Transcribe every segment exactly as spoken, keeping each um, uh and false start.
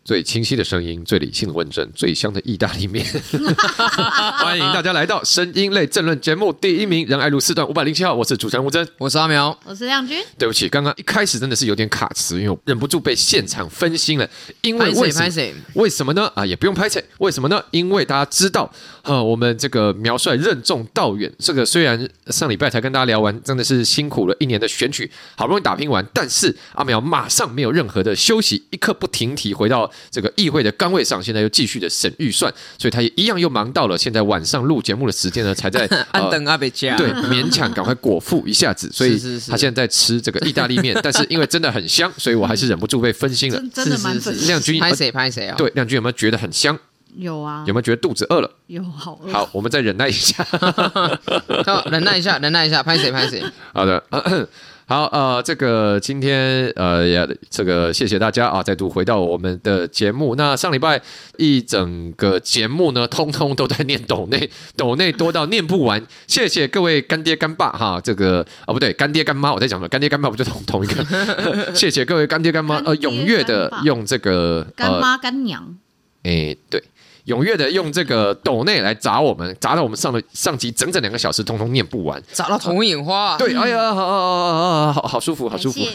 最清晰的声音，最理性的问政，最香的意大利面。欢迎大家来到声音类政论节目第一名仁爱路四段五百零七号，我是主持人吴峥， 我是阿苗， 我是亮君。 对不起，刚刚一开始真的是有点卡词，因为我忍不住被现场分心了。因为为什么？为什么呢？啊，也不用拍摄，为什么呢？因为大家知道，呃，我们这个苗帅任重道远。这个虽然上礼拜才跟大家聊完，真的是辛苦了一年的选举，好不容易打拼完，但是阿苗马上没有任何的休息，一刻不停蹄回到这个议会的岗位上，现在又继续的审预算，所以他也一样又忙到了现在晚上录节目的时间呢，才在安等阿北家对勉强赶快果腹一下子，所以他现在在吃这个意大利面，但是因为真的很香，所以我还是忍不住被分心了。 真, 真的蛮分心。 亮君拍谁拍谁啊？ 对，亮君有没有觉得很香？ 有啊。 有没有觉得肚子饿了？ 有，好饿。 好，我们再忍耐一下。 好，忍耐一下，忍耐一下，拍谁拍谁。 好的。好，呃，这个今天呃，这个谢谢大家啊，再度回到我们的节目。那上礼拜一整个节目呢，通通都在念斗内，斗内多到念不完。谢谢各位干爹干爸哈，这个啊不对，干爹干妈，我在讲什么？干爹干爸不就同同一个？谢谢各位干爹干妈，呃，踊跃的用这个干妈干娘， 哎，对。踊跃的用这个斗内来砸我们，砸到我们上了上集整整两个小时，通通念不完， 砸到头眼花、啊。 对，哎呀，好好好好舒服，好舒服。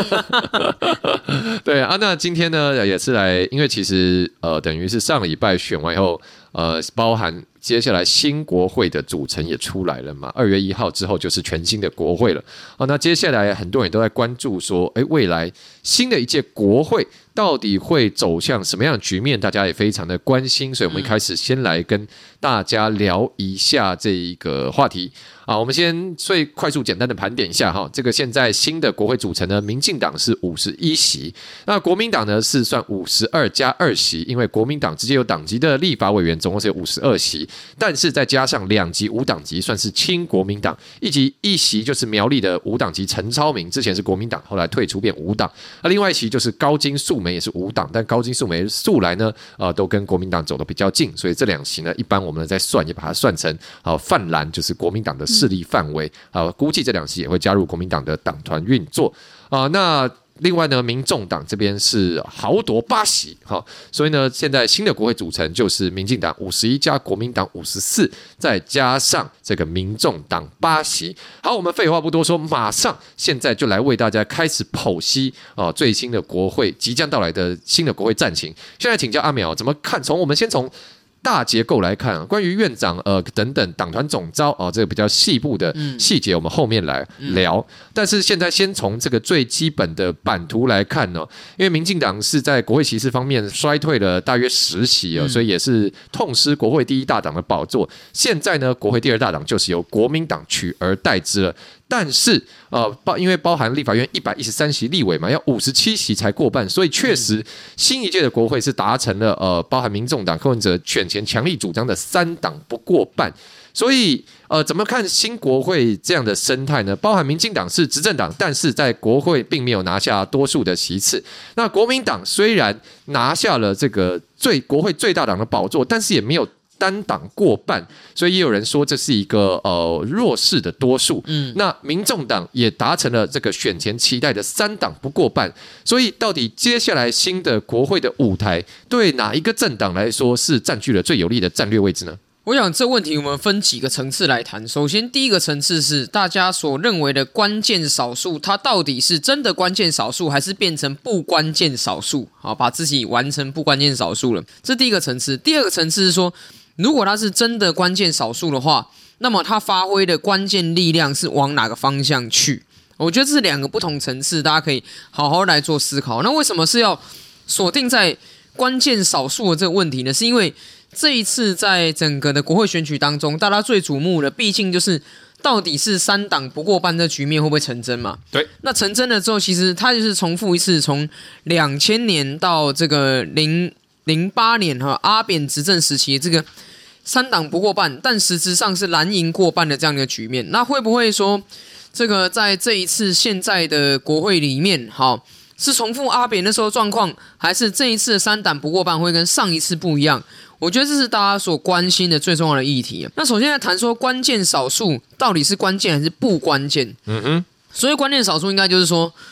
对啊，那今天呢也是来，因为其实呃，等于是上礼拜选完以后，呃，包含接下来新国会的组成也出来了嘛，二月一号之后就是全新的国会了。哦，那接下来很多人都在关注说，哎，未来新的一届国会到底会走向什么样的局面？大家也非常的关心，所以我们一开始先来跟大家聊一下这一个话题啊。我们先最快速简单的盘点一下哈，这个现在新的国会组成呢，民进党是五十一席，那国民党呢是算五十二加二席，因为国民党直接有党籍的立法委员，总共是有五十二席，但是再加上两级无党籍，算是亲国民党，一级一席就是苗栗的无党籍陈超明，之前是国民党，后来退出变无党。那另外一席就是高金素梅，也是无党，但高金素梅素来呢，呃，都跟国民党走得比较近，所以这两席呢，一般我们在算也把它算成啊、呃、泛蓝，就是国民党的势力范围啊、呃，估计这两席也会加入国民党的党团运作啊、呃。那另外呢，民众党这边是豪夺八席，哈，所以呢，现在新的国会组成就是民进党五十一加国民党五十四，再加上这个民众党八席。好，我们废话不多说，马上现在就来为大家开始剖析啊、呃、最新的国会即将到来的新的国会战情。现在请教阿苗怎么看？从我们先从大结构来看，关于院长呃等等党团总召啊、呃，这个比较细部的细节，我们后面来聊。嗯、但是现在先从这个最基本的版图来看呢，因为民进党是在国会席次方面衰退了大约十席哦，嗯、所以也是痛失国会第一大党的宝座。现在呢，国会第二大党就是由国民党取而代之了。但是，呃，包因为包含立法院一百一十三席立委嘛，要五十七席才过半，所以确实新一届的国会是达成了呃，包含民众党、柯文哲选前强力主张的三党不过半。所以，呃，怎么看新国会这样的生态呢？包含民进党是执政党，但是在国会并没有拿下多数的席次。那国民党虽然拿下了这个最国会最大党的宝座，但是也没有单党过半，所以也有人说这是一个呃弱势的多数。嗯，那民众党也达成了这个选前期待的三党不过半，所以到底接下来新的国会的舞台，对哪一个政党来说是占据了最有利的战略位置呢？ 我想这问题我们分几个层次来谈。首先，第一个层次是大家所认为的关键少数，它到底是真的关键少数，还是变成不关键少数？好，把自己完成不关键少数了，这第一个层次。第二个层次是说，如果它是真的关键少数的话，那么它发挥的关键力量是往哪个方向去？我觉得这是两个不同层次，大家可以好好来做思考。那为什么是要锁定在关键少数的这个问题呢？是因为这一次在整个的国会选举当中，大家最瞩目的毕竟就是到底是三党不过半的局面会不会成真嘛？ 对， 那成真了之后，其实它就是重复一次从两千年到这个零零八年哈阿扁执政时期的这个三党不过半，但实质上是蓝营过半的这样的局面。那会不会说这个在这一次现在的国会里面，好是重复阿扁那时候的状况，还是这一次的三党不过半会跟上一次不一样？我觉得这是大家所关心的最重要的议题。那首先来谈说关键少数到底是关键还是不关键？嗯哼，所以关键少数应该就是说，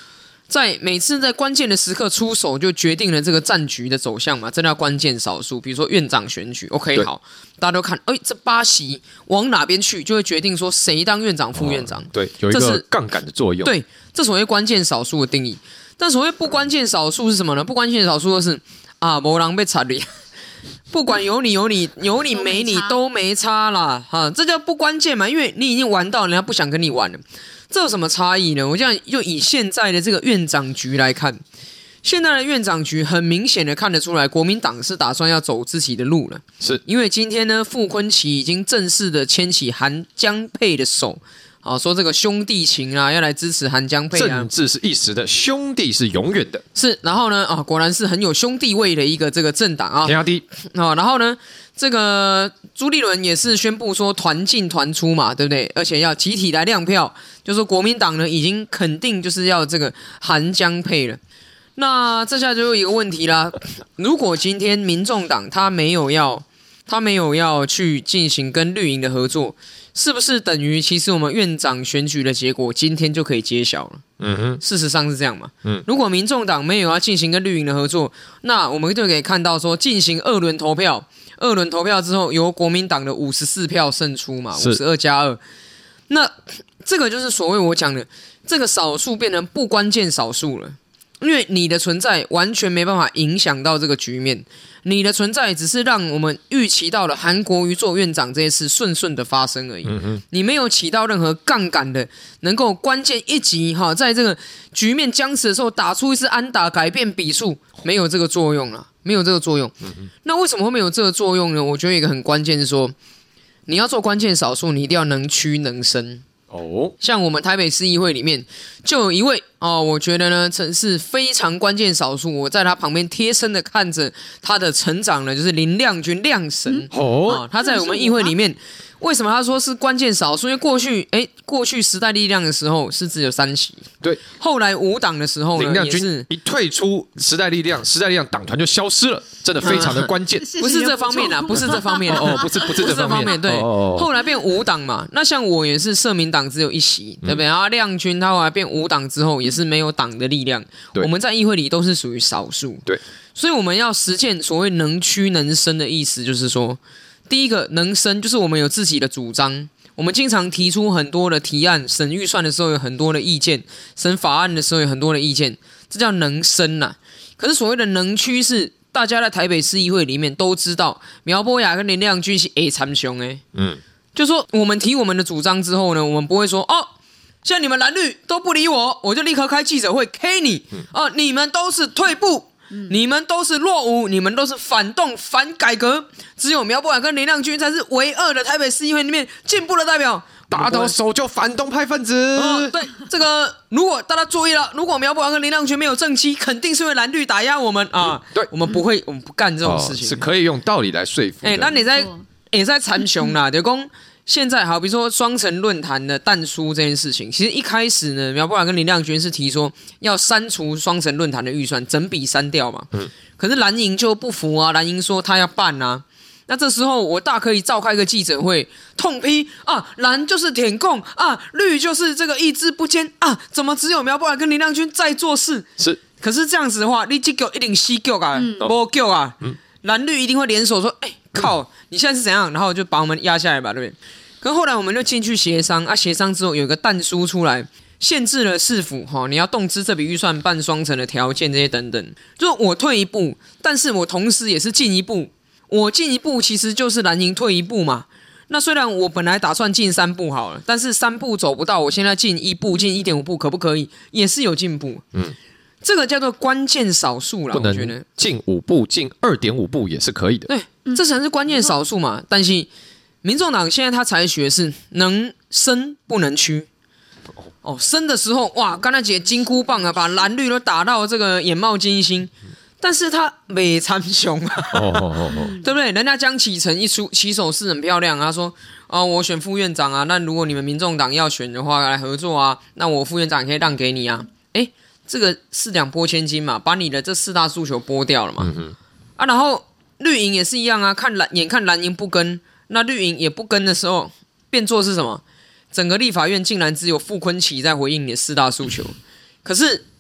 在每次在关键的时刻出手，就决定了这个战局的走向嘛，这叫关键少数。比如说院长选举 ，OK， 好，大家都看，哎，这八席往哪边去，就会决定说谁当院长、副院长。哦、 对，有一个杠杆的作用。 对，这所谓关键少数的定义。但所谓不关键少数是什么呢？不关键少数就是啊，没人被插你。不管有你有你有你没你都没差啦，哈，这叫不关键嘛，因为你已经玩到人家不想跟你玩了，这有什么差异呢？我这样就以现在的这个院长局来看，现在的院长局很明显的看得出来，国民党是打算要走自己的路了， 是因为今天呢，傅昆萁已经正式的牵起韩江佩的手。啊，说这个兄弟情啊，要来支持韩江佩啊。 政治是一时的，兄弟是永远的。 是，然后呢，啊，果然是很有兄弟味的一个这个政党啊。 天下第一。 啊，然后呢，这个朱立伦也是宣布说团进团出嘛，对不对？而且要集体来亮票，就说国民党呢已经肯定就是要这个韩江佩了。那这下就有一个问题啦，如果今天民众党他没有要，他没有要去进行跟绿营的合作。是不是等于其实我们院长选举的结果今天就可以揭晓了？嗯哼，事实上是这样嘛。嗯，如果民众党没有要进行跟绿营的合作，那我们就可以看到说进行二轮投票，二轮投票之后由国民党的五十四票胜出嘛，五十二加二。那这个就是所谓我讲的这个少数变成不关键少数了，因为你的存在完全没办法影响到这个局面。你的存在只是让我们预期到了韩国瑜做院长这件事顺顺的发生而已，嗯、你没有起到任何杠杆的，能够关键一击哈，在这个局面僵持的时候打出一次安打改变比数，没有这个作用了，没有这个作用。嗯、那为什么会没有这个作用呢？我觉得一个很关键是说，你要做关键少数，你一定要能屈能伸。哦，像我们台北市议会里面就有一位哦，我觉得呢，这是非常关键少数。我在他旁边贴身的看着他的成长呢，就是林亮君亮神、嗯、哦、啊，他在我们议会里面。为什么他说是关键少数？因为过去，哎，过去时代力量的时候是只有三席， 对。 后来无党的时候呢， 林亮君也是一退出时代力量，时代力量党团就消失了，真的非常的关键。 不是这方面啊，不是这方面哦，不是不是这方面， 对。 哦、 后来变无党嘛，那像我也是社民党只有一席，对不对？然后亮君他后来变无党之后，也是没有党的力量，我们在议会里都是属于少数， 对。 所以我们要实践所谓能屈能伸的意思，就是说。第一个能伸，就是我们有自己的主张，我们经常提出很多的提案，审预算的时候有很多的意见，审法案的时候有很多的意见，这叫能伸呐。可是所谓的能屈是，大家在台北市议会里面都知道，苗博雅跟林亮君是 A 参雄哎，嗯，就说我们提我们的主张之后呢，我们不会说哦，现在你们蓝绿都不理我，我就立刻开记者会 K 你，哦，你们都是退步。你们都是落伍，你们都是反动反改革，只有苗博雅跟林亮君才是唯二的台北市议会里面进步的代表。 打到手就反动派分子。 哦，对，这个如果大家注意了，如果苗博雅跟林亮君没有正妻，肯定是因为蓝绿打压我们啊。 对， 我们不会，我们不干这种事情， 哦、是可以用道理来说服的。 哎，那你在也在参雄啦，就讲。现在好，比如说双城论坛的淡书这件事情，其实一开始呢，苗博雅跟林亮君是提说要删除双城论坛的预算，整笔删掉嘛。嗯。可是蓝营就不服啊，蓝营说他要办啊。那这时候我大可以召开一个记者会，痛批啊，蓝就是舔共啊，绿就是这个意志不坚啊，怎么只有苗博雅跟林亮君在做事？ 是。 可是这样子的话，你这个一定死局啊，不局啊，嗯、蓝绿一定会联手说，哎、欸、靠，嗯、你现在是怎样？然后就把我们压下来吧，对不对？可后来我们就进去协商啊，协商之后有一个弹书出来，限制了市府哈、哦，你要动支这笔预算办双城的条件这些等等。就是我退一步，但是我同时也是进一步，我进一步其实就是蓝营退一步嘛。那虽然我本来打算进三步好了，但是三步走不到，我现在进一步，进一点五步可不可以？也是有进步。嗯，这个叫做关键少数啦， 不能我觉得进五步，进二点五步也是可以的。 对，这才是关键少数嘛。但是民众党现在他采取的是能伸不能屈。哦，伸的时候哇，刚才姐金箍棒啊，把蓝绿都打到这个眼冒金星，但是他没参雄啊，哦哦哦对不对？人家江启臣一出起手是很漂亮，他说啊、哦，我选副院长啊，那如果你们民众党要选的话，来合作啊，那我副院长也可以让给你啊。哎，这个四两拨千斤嘛，把你的这四大诉求拨掉了嘛。嗯、啊，然后绿营也是一样啊，看蓝眼看蓝营不跟。那绿营也不跟的时候，变作是什么？整个立法院竟然只有傅昆萁在回应你的四大诉求。可是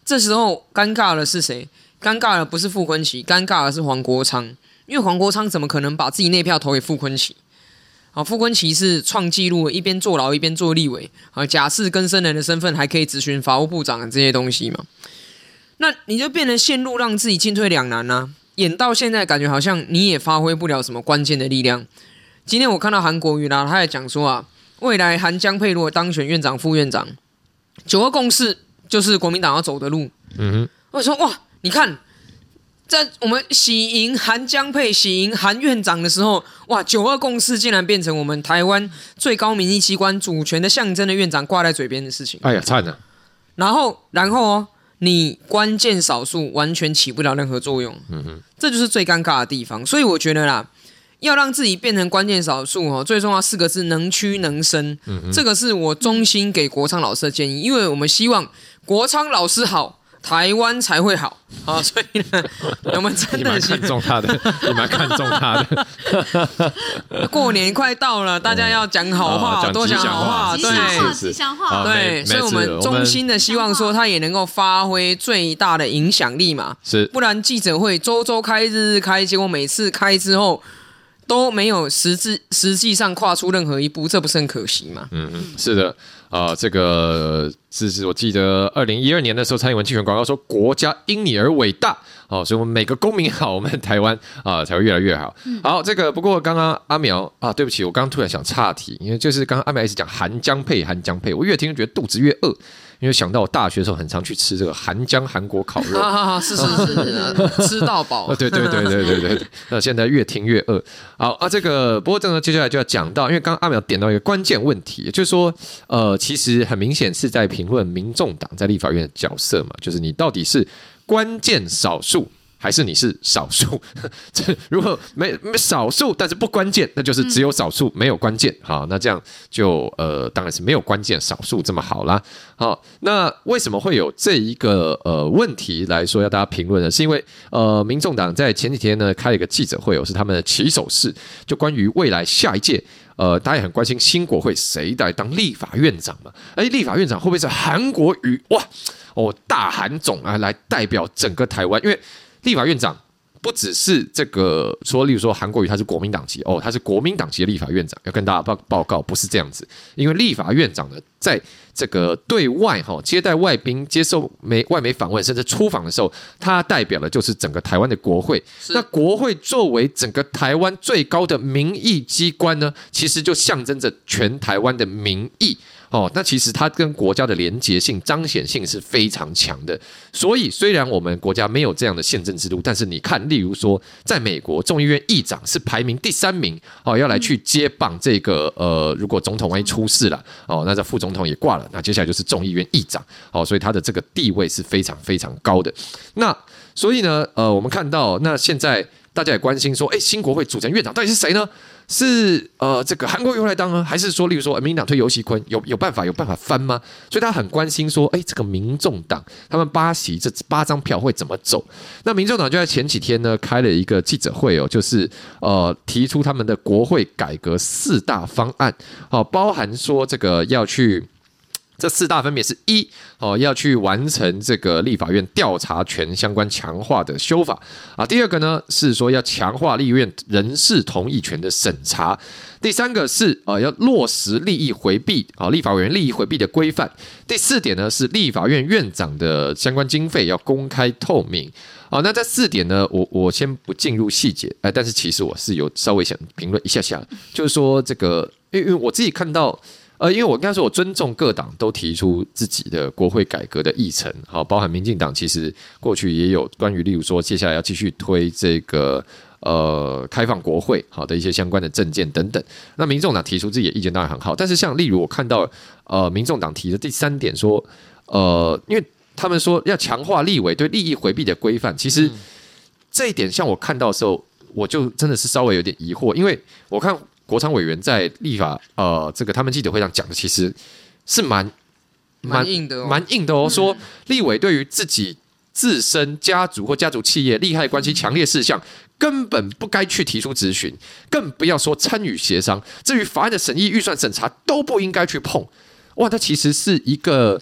这时候尴尬的是谁？尴尬的不是傅昆萁，尴尬的是黄国昌，因为黄国昌怎么可能把自己那票投给傅昆萁？啊，傅昆萁是创纪录，一边坐牢一边做立委，啊，假释更生人的身份还可以质询法务部长这些东西嘛？那你就变成陷入让自己进退两难啊！演到现在，感觉好像你也发挥不了什么关键的力量。今天我看到韩国瑜啦，他也讲说啊，未来韩江佩如果当选院长、副院长，九二共识就是国民党要走的路。嗯哼，我说哇，你看。在我们喜迎韩江佩、喜迎韩院长的时候，哇，九二共识竟然变成我们台湾最高民意机关主权的象征的院长挂在嘴边的事情。 哎呀，惨了！ 然后，然后哦，你关键少数完全起不了任何作用，嗯哼，这就是最尴尬的地方。所以我觉得啦，要让自己变成关键少数哦，最重要四个字：能屈能伸。嗯、这个是我衷心给国昌老师的建议，因为我们希望国昌老师好。台湾才会好啊，所以呢，我们真的是你蛮看重他的，你蛮看重他的。过年快到了，大家要讲好话，哦、多讲好话， 对，吉祥话， 对，所以我们衷心的希望说，他也能够发挥最大的影响力嘛。 是， 不然记者会周周开、日日开，结果每次开之后都没有实质实际上跨出任何一步，这不是很可惜吗？ 嗯嗯，是的。啊、呃，这个是是我记得二零一二年的时候，蔡英文竞选广告说“国家因你而伟大”，哦，所以我们每个公民好，我们台湾啊、呃、才会越来越好。好，这个不过刚刚阿苗啊，对不起，我刚刚突然想岔题，因为就是刚刚阿苗一直讲韩江配韩江配，我越听就觉得肚子越饿。因为想到我大学的时候很常去吃这个韩江韩国烤肉， 啊，是是是，吃到饱。 对对对对对对。那现在越听越饿。好啊，这个不过这个接下来就要讲到，因为刚刚阿苗点到一个关键问题，就是说，呃，其实很明显是在评论民众党在立法院的角色嘛，就是你到底是关键少数。还是你是少数？如果没没少数，但是不关键，那就是只有少数，没有关键。好，那这样就呃，当然是没有关键少数这么好啦。好，那为什么会有这一个呃问题来说要大家评论呢？是因为呃，民众党在前几天呢开了一个记者会，哦，是他们的起手式，就关于未来下一届。呃，大家也很关心新国会谁来当立法院长嘛？哎，立法院长会不会是韩国瑜？哇，哦，大韩总啊，来代表整个台湾，因为立法院长不只是这个说，例如说韩国瑜他是国民党籍哦，他是国民党籍的立法院长，要跟大家报报告，不是这样子，因为立法院长呢，在这个对外哈接待外宾、接受媒外媒访问，甚至出访的时候，他代表的就是整个台湾的国会。那国会作为整个台湾最高的民意机关呢，其实就象征着全台湾的民意。哦，那其实它跟国家的连结性、彰显性是非常强的。所以，虽然我们国家没有这样的宪政制度，但是你看，例如说，在美国众议院议长是排名第三名，哦，要来去接棒这个呃，如果总统万一出事了，哦，那这副总统也挂了，那接下来就是众议院议长，哦，所以他的这个地位是非常非常高的。那所以呢，呃，我们看到，那现在大家也关心说，哎，新国会组成院长到底是谁呢？是呃，这个韩国瑜来当呢，还是说，例如说，民进党推游锡堃，有有办法有办法翻吗？所以他很关心说，哎，这个民众党他们八席这八张票会怎么走？那民众党就在前几天呢开了一个记者会哦，就是呃提出他们的国会改革四大方案，哦，包含说这个要去。这四大分别是一哦，要去完成这个立法院调查权相关强化的修法啊。第二个呢是说要强化立院人事同意权的审查。第三个是呃要落实利益回避啊，立法委员利益回避的规范。第四点呢是立法院院长的相关经费要公开透明。好，那这四点呢，我我先不进入细节，哎，但是其实我是有稍微想评论一下下，就是说这个，因为我自己看到。呃，因为我应该说，我尊重各党都提出自己的国会改革的议程，好，包含民进党其实过去也有关于，例如说接下来要继续推这个呃开放国会好的一些相关的政见等等。那民众党提出自己的意见当然很好，但是像例如我看到呃民众党提的第三点说，呃，因为他们说要强化立委对利益回避的规范，其实这一点像我看到的时候，我就真的是稍微有点疑惑，因为我看。国昌委员在立法呃这个他们记者会上讲的，其实是蛮蛮硬的哦， 蛮硬的哦。说立委对于自己自身家族或家族企业利害关系强烈事项，根本不该去提出质询，更不要说参与协商。至于法案的审议、预算审查，都不应该去碰。哇，它其实是一个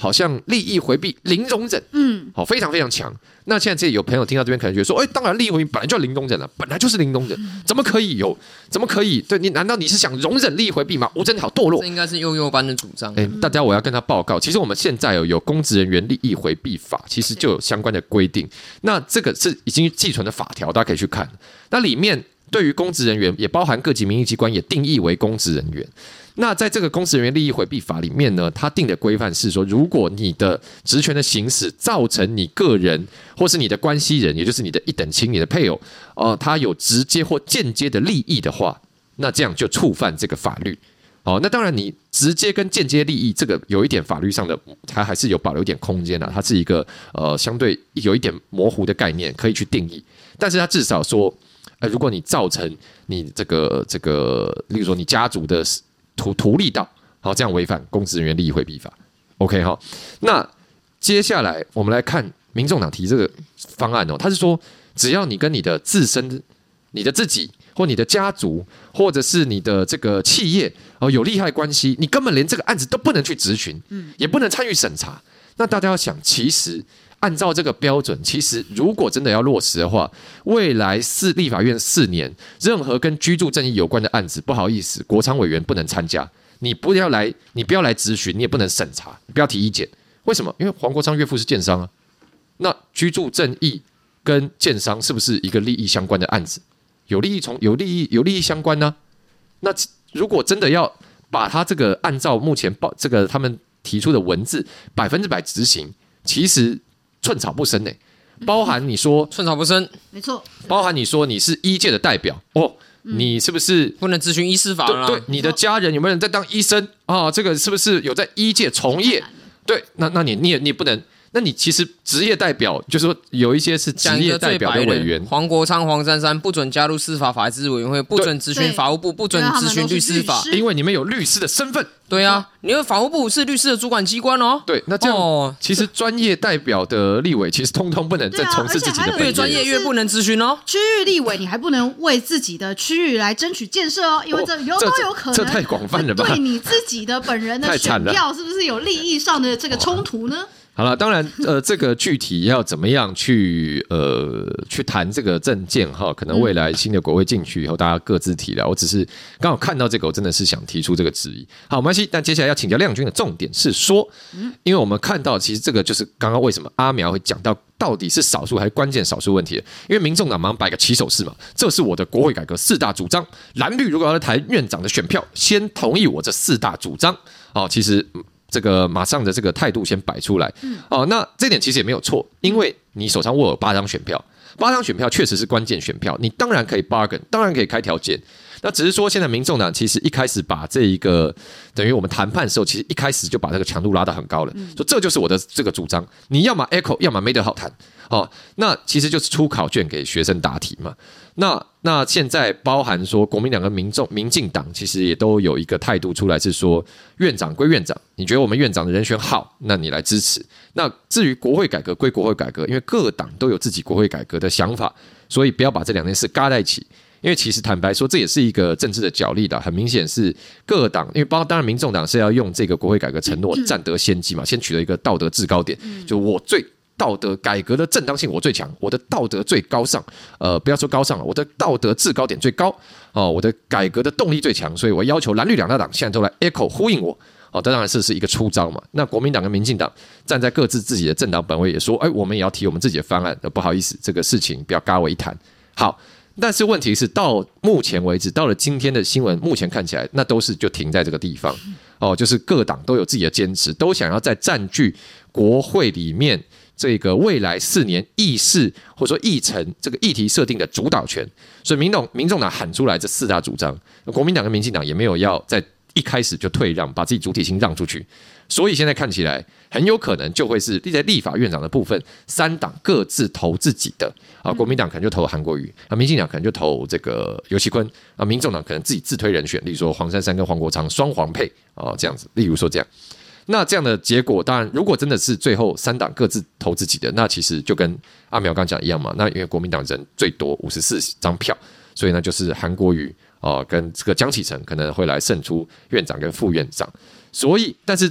好像利益回避零容忍， 嗯， 好，非常非常强。那现在这有朋友听到这边可能觉得说，哎，当然利益回避本来就要零容忍了，本来就是零容忍，怎么可以有？怎么可以？对你难道你是想容忍利益回避吗？吴真好堕落， 这应该是幼幼班的主张。 哎，大家我要跟他报告，其实我们现在有有公职人员利益回避法，其实就有相关的规定。那这个是已经寄存的法条，大家可以去看。那里面对于公职人员，也包含各级民意机关，也定义为公职人员。那在这个公职人员利益回避法里面呢，它定的规范是说，如果你的职权的行使造成你个人或是你的关系人，也就是你的一等亲、你的配偶，呃，他有直接或间接的利益的话，那这样就触犯这个法律。哦，那当然，你直接跟间接利益这个有一点法律上的，它还是有保留一点空间的、啊，它是一个呃相对有一点模糊的概念，可以去定义。但是它至少说，呃，如果你造成你这个这个，例如说你家族的图图利到，好，这样违反公职人员利益回避法。OK 哈，那接下来我们来看民众党提这个方案哦，他是说，只要你跟你的自身、你的自己或你的家族，或者是你的这个企业哦有利害关系，你根本连这个案子都不能去质询，也不能参与审查。那大家要想，其实按照这个标准，其实如果真的要落实的话，未来四立法院四年，任何跟居住正义有关的案子，不好意思，国昌委员不能参加，你不要来，你不要来质询，你也不能审查，你不要提意见。为什么？因为黄国昌岳父是建商啊，那居住正义跟建商是不是一个利益相关的案子？有利益从有利益有利益相关呢、啊？那如果真的要把他这个按照目前报这个他们提出的文字百分之百执行，其实寸草不生呢、欸。包含你说寸草不生， 没错， 包含你说你是医界的代表哦，你是不是不能咨询医师法了？ 对对，你的家人有没有人在当医生啊？这个是不是有在医界从业？对，那那你你也你也不能。那你其实职业代表，就是说有一些是职业代表的委员， 黄国昌、黄珊珊不准加入司法法制委员会，不准咨询法务部，不准咨询律师法， 因为你们有律师的身份。 对啊，因为法务部是律师的主管机关哦。 对，那这样、哦、其实专业代表的立委其实通通不能再从事自己的本业， 越专业越不能咨询哦。 区域立委你还不能为自己的区域来争取建设哦，因为这有、哦、都有可能这，这太广泛了吧？ 对你自己的本人的选票是不是有利益上的这个冲突呢？ 好了，当然，呃，这个具体要怎么样去呃去谈这个政见哈，可能未来新的国会进去以后，大家各自提了。我只是刚好看到这个，我真的是想提出这个质疑。好，没关系。但接下来要请教亮君的重点是说，因为我们看到其实这个就是刚刚为什么阿苗会讲到到底是少数还是关键少数问题，因为民众党马上摆个起手式嘛，这是我的国会改革四大主张，蓝绿如果要谈院长的选票，先同意我这四大主张哦，其实。这个马上的这个态度先摆出来，哦，那这点其实也没有错，因为你手上握有八张选票，八张选票确实是关键选票，你当然可以 bargain， 当然可以开条件。那只是说，现在民众党其实一开始把这一个等于我们谈判的时候，其实一开始就把这个强度拉得很高了，说这就是我的这个主张，你要么 echo， 要么没得好谈。哦，那其实就是出考卷给学生答题嘛。那那现在包含说国民党跟民众民进党其实也都有一个态度出来，是说院长归院长，你觉得我们院长的人选好，那你来支持。那至于国会改革归国会改革，因为各党都有自己国会改革的想法，所以不要把这两件事嘎在一起。因为其实坦白说，这也是一个政治的角力的，很明显是各党，因为包当然民众党是要用这个国会改革承诺占得先机嘛，先取得一个道德制高点，就我最。道德改革的正当性我最强，我的道德最高尚，呃，不要说高尚了，我的道德制高点最高哦，我的改革的动力最强，所以我要求蓝绿两大党现在都来 echo 呼应我哦，这当然是是一个出招嘛。那国民党跟民进党站在各自自己的政党本位也说，哎，我们也要提我们自己的方案，不好意思，这个事情不要嘎我一谈。好，但是问题是到目前为止，到了今天的新闻，目前看起来那都是就停在这个地方哦，就是各党都有自己的坚持，都想要在占据国会里面。这个未来四年议事或者说议程这个议题设定的主导权，所以民众民众党喊出来这四大主张，国民党跟民进党也没有要在一开始就退让，把自己主体性让出去，所以现在看起来很有可能就会是在立法院长的部分，三党各自投自己的啊，国民党可能就投韩国瑜，啊，民进党可能就投这个游锡堃，啊，民众党可能自己自推人选，例如说黄珊珊跟黄国昌双黄配啊，这样子，例如说这样。那这样的结果，当然，如果真的是最后三党各自投自己的，那其实就跟阿苗刚讲一样嘛。那因为国民党人最多五十四张票，所以呢，就是韩国瑜哦、呃、跟这个江启臣可能会来胜出院长跟副院长。所以，但是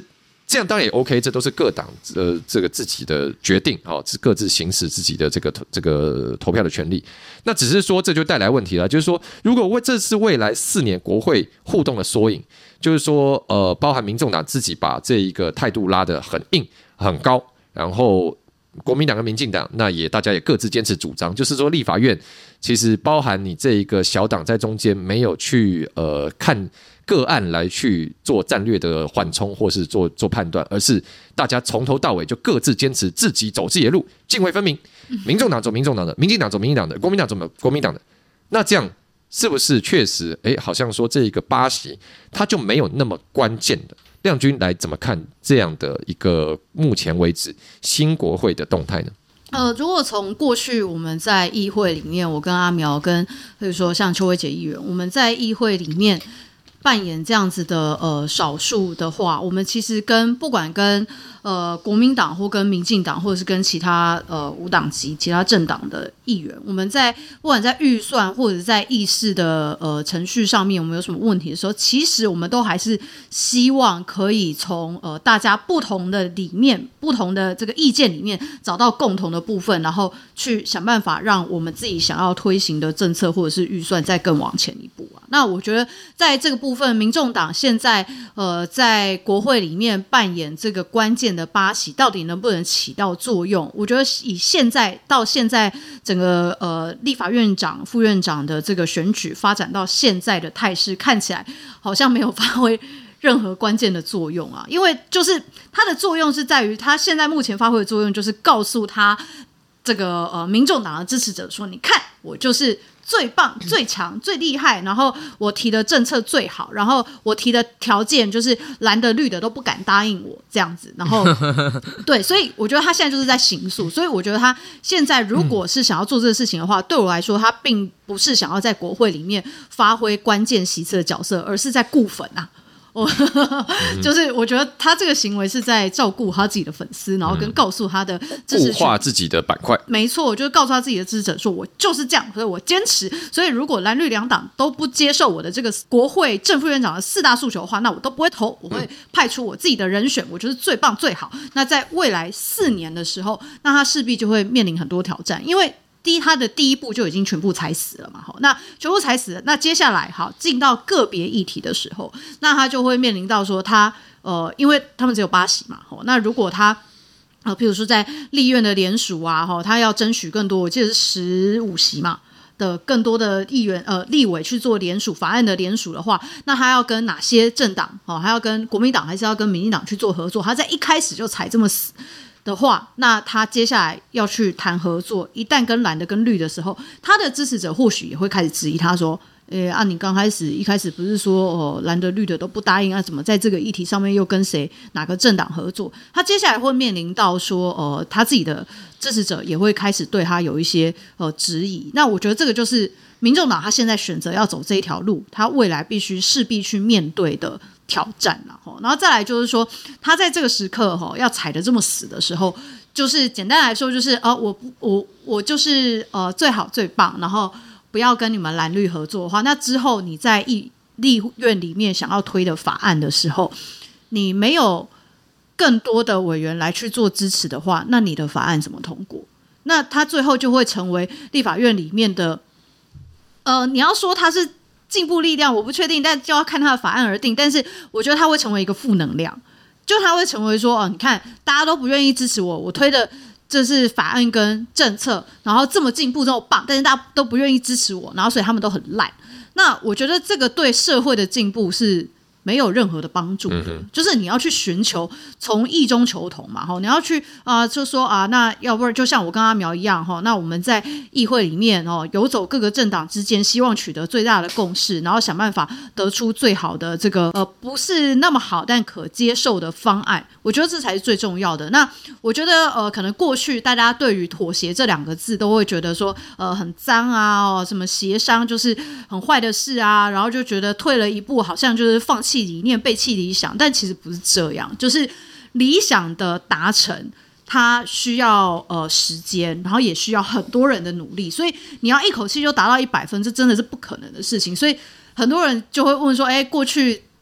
这样当然也 OK， 这都是各党呃这个自己的决定哦，各自行使自己的这个这个投票的权利。那只是说这就带来问题了，就是说如果为这是未来四年国会互动的缩影，就是说呃包含民众党自己把这一个态度拉得很硬很高，然后国民党跟民进党那也大家也各自坚持主张，就是说立法院其实包含你这一个小党在中间没有去呃看个案来去做战略的缓冲或是做做判断，而是大家从头到尾就各自坚持自己走自己的路，泾渭分明，民众党走民众党的，民进党走民进党的，国民党走国民党的。那这样是不是确实哎，好像说这个八席它就没有那么关键的？亮君来怎么看这样的一个目前为止新国会的动态呢？ 呃，如果从过去我们在议会里面，我跟阿苗跟比如说像邱威杰议员，我们在议会里面扮演这样子的呃少数的话，我们其实跟不管跟呃国民党或跟民进党，或者是跟其他呃无党籍其他政党的议员，我们在不管在预算或者在议事的呃程序上面，我们有什么问题的时候，其实我们都还是希望可以从呃大家不同的理念、不同的这个意见里面找到共同的部分，然后去想办法让我们自己想要推行的政策或者是预算再更往前一步啊。那我觉得在这个部分，民众党现在呃在国会里面扮演这个关键的八席，到底能不能起到作用？我觉得以现在到现在整个呃立法院长、副院长的这个选举发展到现在的态势，看起来好像没有发挥任何关键的作用啊。因为就是它的作用是在于，它现在目前发挥的作用就是告诉他这个呃民众党的支持者说，你看我就是最棒、最强、最厉害，然后我提的政策最好，然后我提的条件就是蓝的绿的都不敢答应我这样子，然后对，所以我觉得他现在就是在行诉，所以我觉得他现在如果是想要做这个事情的话，对我来说，他并不是想要在国会里面发挥关键席次的角色，而是在顾粉啊。我就是我觉得他这个行为是在照顾他自己的粉丝，然后跟告诉他的支持固化自己的板块。 没错，就是告诉他自己的支持者说，我就是这样，所以我坚持。所以如果蓝绿两党都不接受我的这个国会正副院长的四大诉求的话，那我都不会投，我会派出我自己的人选，我就是最棒最好。那在未来四年的时候，那他势必就会面临很多挑战，因为第一，他的第一步就已经全部踩死了嘛，那全部踩死了，那接下来好进到个别议题的时候，那他就会面临到说他呃，因为他们只有八席嘛，那如果他呃，譬如说在立院的联署啊，他要争取更多，我记得是十五席嘛的更多的议员呃立委去做联署法案的联署的话，那他要跟哪些政党哦，还要跟国民党还是要跟民进党去做合作？他在一开始就踩这么死的话，那他接下来要去谈合作，一旦跟蓝的跟绿的时候，他的支持者或许也会开始质疑他说，诶啊，你刚开始一开始不是说哦蓝的绿的都不答应啊，怎么在这个议题上面又跟谁哪个政党合作？他接下来会面临到说，呃，他自己的支持者也会开始对他有一些呃质疑。那我觉得这个就是民众党他现在选择要走这一条路，他未来必须势必去面对的挑战啦。然后再来就是说，他在这个时刻要踩得这么死的时候，就是简单来说就是呃，我我我就是呃最好最棒，然后不要跟你们蓝绿合作的话，那之后你在议立院里面想要推的法案的时候，你没有更多的委员来去做支持的话，那你的法案怎么通过？那他最后就会成为立法院里面的呃，你要说他是进步力量，我不确定，但就要看他的法案而定。但是我觉得他会成为一个负能量，就他会成为说，哦，你看大家都不愿意支持我，我推的这是法案跟政策，然后这么进步这么棒，但是大家都不愿意支持我，然后所以他们都很烂。那我觉得这个对社会的进步是没有任何的帮助的，嗯，就是你要去寻求从异中求同嘛，你要去啊，呃，就说啊，那要不然就像我跟阿苗一样哈，那我们在议会里面哦，游走各个政党之间，希望取得最大的共识，然后想办法得出最好的这个呃不是那么好但可接受的方案。我觉得这才是最重要的。那我觉得呃，可能过去大家对于妥协这两个字都会觉得说呃很脏啊，哦，什么协商就是很坏的事啊，然后就觉得退了一步好像就是放弃理念背弃理想，但其实不是这样，就是理想的达成它需要呃时间，然后也需要很多人的努力，所以你要一口气就达到一百分，这真的是不可能的事情。所以很多人就会问说，哎，过去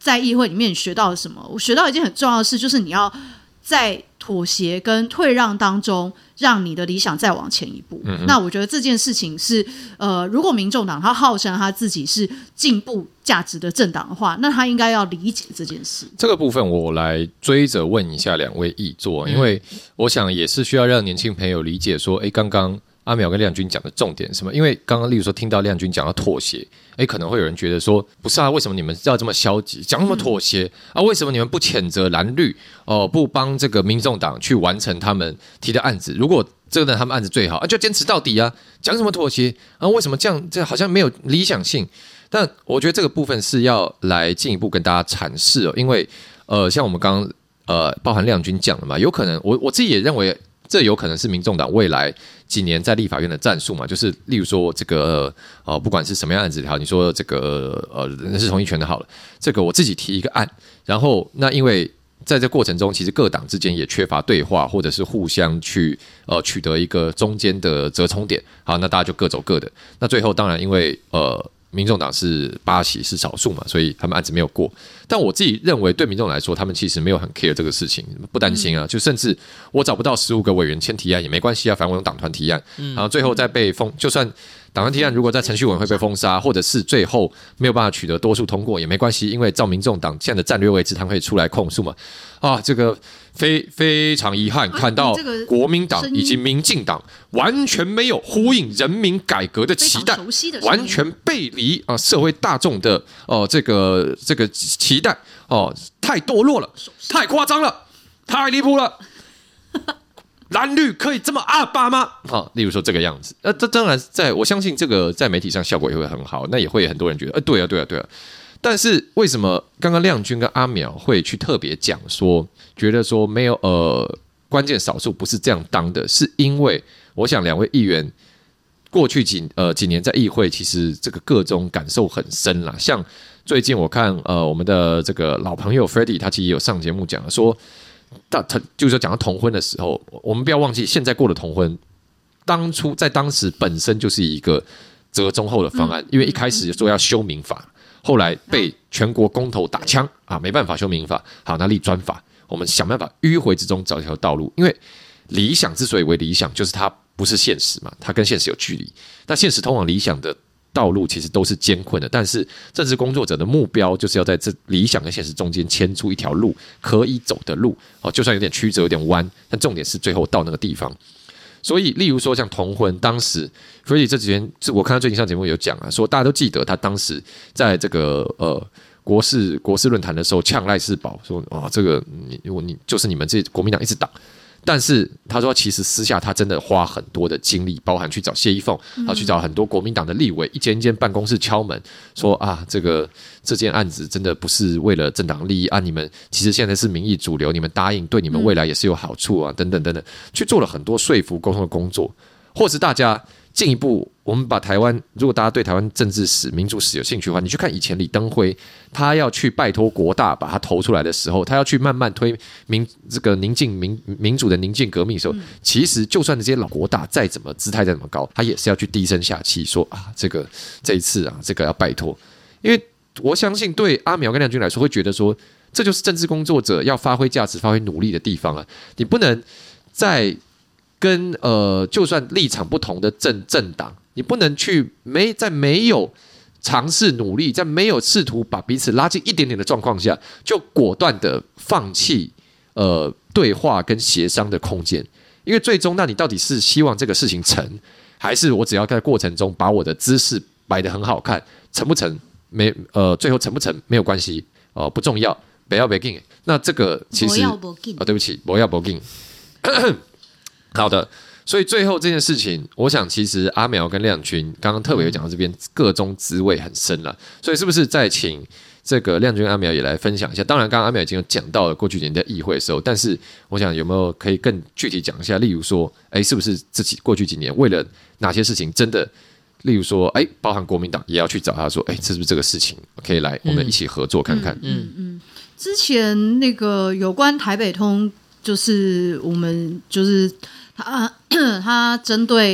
在议会里面你学到了什么？我学到一件很重要的事，就是你要在妥协跟退让当中，让你的理想再往前一步。嗯、那我觉得这件事情是，呃，如果民众党他号称他自己是进步价值的政党的话，那他应该要理解这件事。 这个部分我来追着问一下两位议座，因为我想也是需要让年轻朋友理解说，哎，刚刚阿苗跟亮君讲的重点是什么？因为刚刚例如说听到亮君讲到妥协，哎，可能会有人觉得说，不是啊，为什么你们要这么消极，讲那么妥协、嗯、啊？为什么你们不谴责蓝绿哦、呃，不帮这个民众党去完成他们提的案子？如果这个他们案子最好啊，就坚持到底啊！讲什么妥协啊？为什么这样？这好像没有理想性。但我觉得这个部分是要来进一步跟大家阐释哦，因为呃，像我们刚刚呃，包含亮君讲的嘛，有可能我我自己也认为。这有可能是民众党未来几年在立法院的战术嘛？就是例如说这个呃，不管是什么样的案子好，你说这个呃人事同意权的好了，这个我自己提一个案，然后那因为在这过程中，其实各党之间也缺乏对话，或者是互相去呃取得一个中间的折冲点，好，那大家就各走各的。那最后当然因为呃。民众党是八席是少数嘛，所以他们案子没有过。但我自己认为，对民众来说，他们其实没有很 care 这个事情，不担心啊。就甚至我找不到十五个委员签提案也没关系啊，反正我用党团提案，然后最后再被封，就算党团提案如果在程序委员会被封杀，或者是最后没有办法取得多数通过也没关系，因为照民众党现在的战略位置，他们可以出来控诉嘛。啊，这个非非常遗憾看到国民党以及民进党完全没有呼应人民改革的期待，完全背离啊社会大众的哦、呃、这个这个期待哦、呃，太堕落了，太夸张了，太离谱了。蓝绿可以这么阿爸吗？啊，例如说这个样子，那、呃、这当然在我相信这个在媒体上效果也会很好，那也会很多人觉得，哎、呃，对啊，对啊，对啊。但是为什么刚刚亮君跟阿苗会去特别讲说，觉得说没有呃关键少数不是这样当的，是因为我想两位议员过去几呃几年在议会，其实这个各种感受很深啦。像最近我看呃我们的这个老朋友 Freddy， 他其实也有上节目讲说，他他就是说讲到同婚的时候，我们不要忘记现在过的同婚，当初在当时本身就是一个折中后的方案，因为一开始说要修民法。后来被全国公投打枪啊，没办法修民法，好，那立专法，我们想办法迂回之中找一条道路。因为理想之所以为理想，就是它不是现实嘛，它跟现实有距离。那现实通往理想的道路其实都是艰困的，但是政治工作者的目标就是要在这理想跟现实中间牵出一条路，可以走的路。哦，就算有点曲折，有点弯，但重点是最后到那个地方。所以，例如说像同婚，当时 Freddy 这几天，我看他最近上节目有讲啊，说大家都记得他当时在这个呃国事国事论坛的时候呛赖士葆说啊，这个你你就是你们这国民党一直挡。但是他说，其实私下他真的花很多的精力，包含去找谢依凤，啊，去找很多国民党的立委，一间一间办公室敲门，说啊，这个这件案子真的不是为了政党利益啊，你们其实现在是民意主流，你们答应对你们未来也是有好处啊，等等等等，去做了很多说服沟通的工作，或是大家进一步，我们把台湾，如果大家对台湾政治史、民主史有兴趣的话，你去看以前李登辉，他要去拜托国大把他投出来的时候，他要去慢慢推民这个宁静民民主的宁静革命的时候，其实就算这些老国大再怎么姿态再怎么高，他也是要去低声下气说啊，这个这一次啊，这个要拜托，因为我相信对阿苗跟亮君来说，会觉得说，这就是政治工作者要发挥价值、发挥努力的地方啊，你不能在。跟呃，就算立场不同的政政党，你不能去没在没有尝试努力，在没有试图把彼此拉近一点点的状况下，就果断的放弃呃对话跟协商的空间。因为最终，那你到底是希望这个事情成，还是我只要在过程中把我的姿势摆得很好看，成不成没呃最后成不成没有关系哦、呃，不重要，不要不紧。那这个其实啊、哦，对不起，不要不紧。好的，所以最后这件事情，我想其实阿苗跟亮君刚刚特别有讲到这边，个中滋味很深了。所以是不是再请这个亮君阿苗也来分享一下？当然，刚刚阿苗已经有讲到了过去几年在议会的时候，但是我想有没有可以更具体讲一下？例如说，哎，是不是自己过去几年为了哪些事情真的？例如说，哎，包含国民党也要去找他说，哎，这是不是这个事情可以来我们一起合作看看？ 嗯嗯, 嗯，之前那个有关台北通，就是我们就是他他针对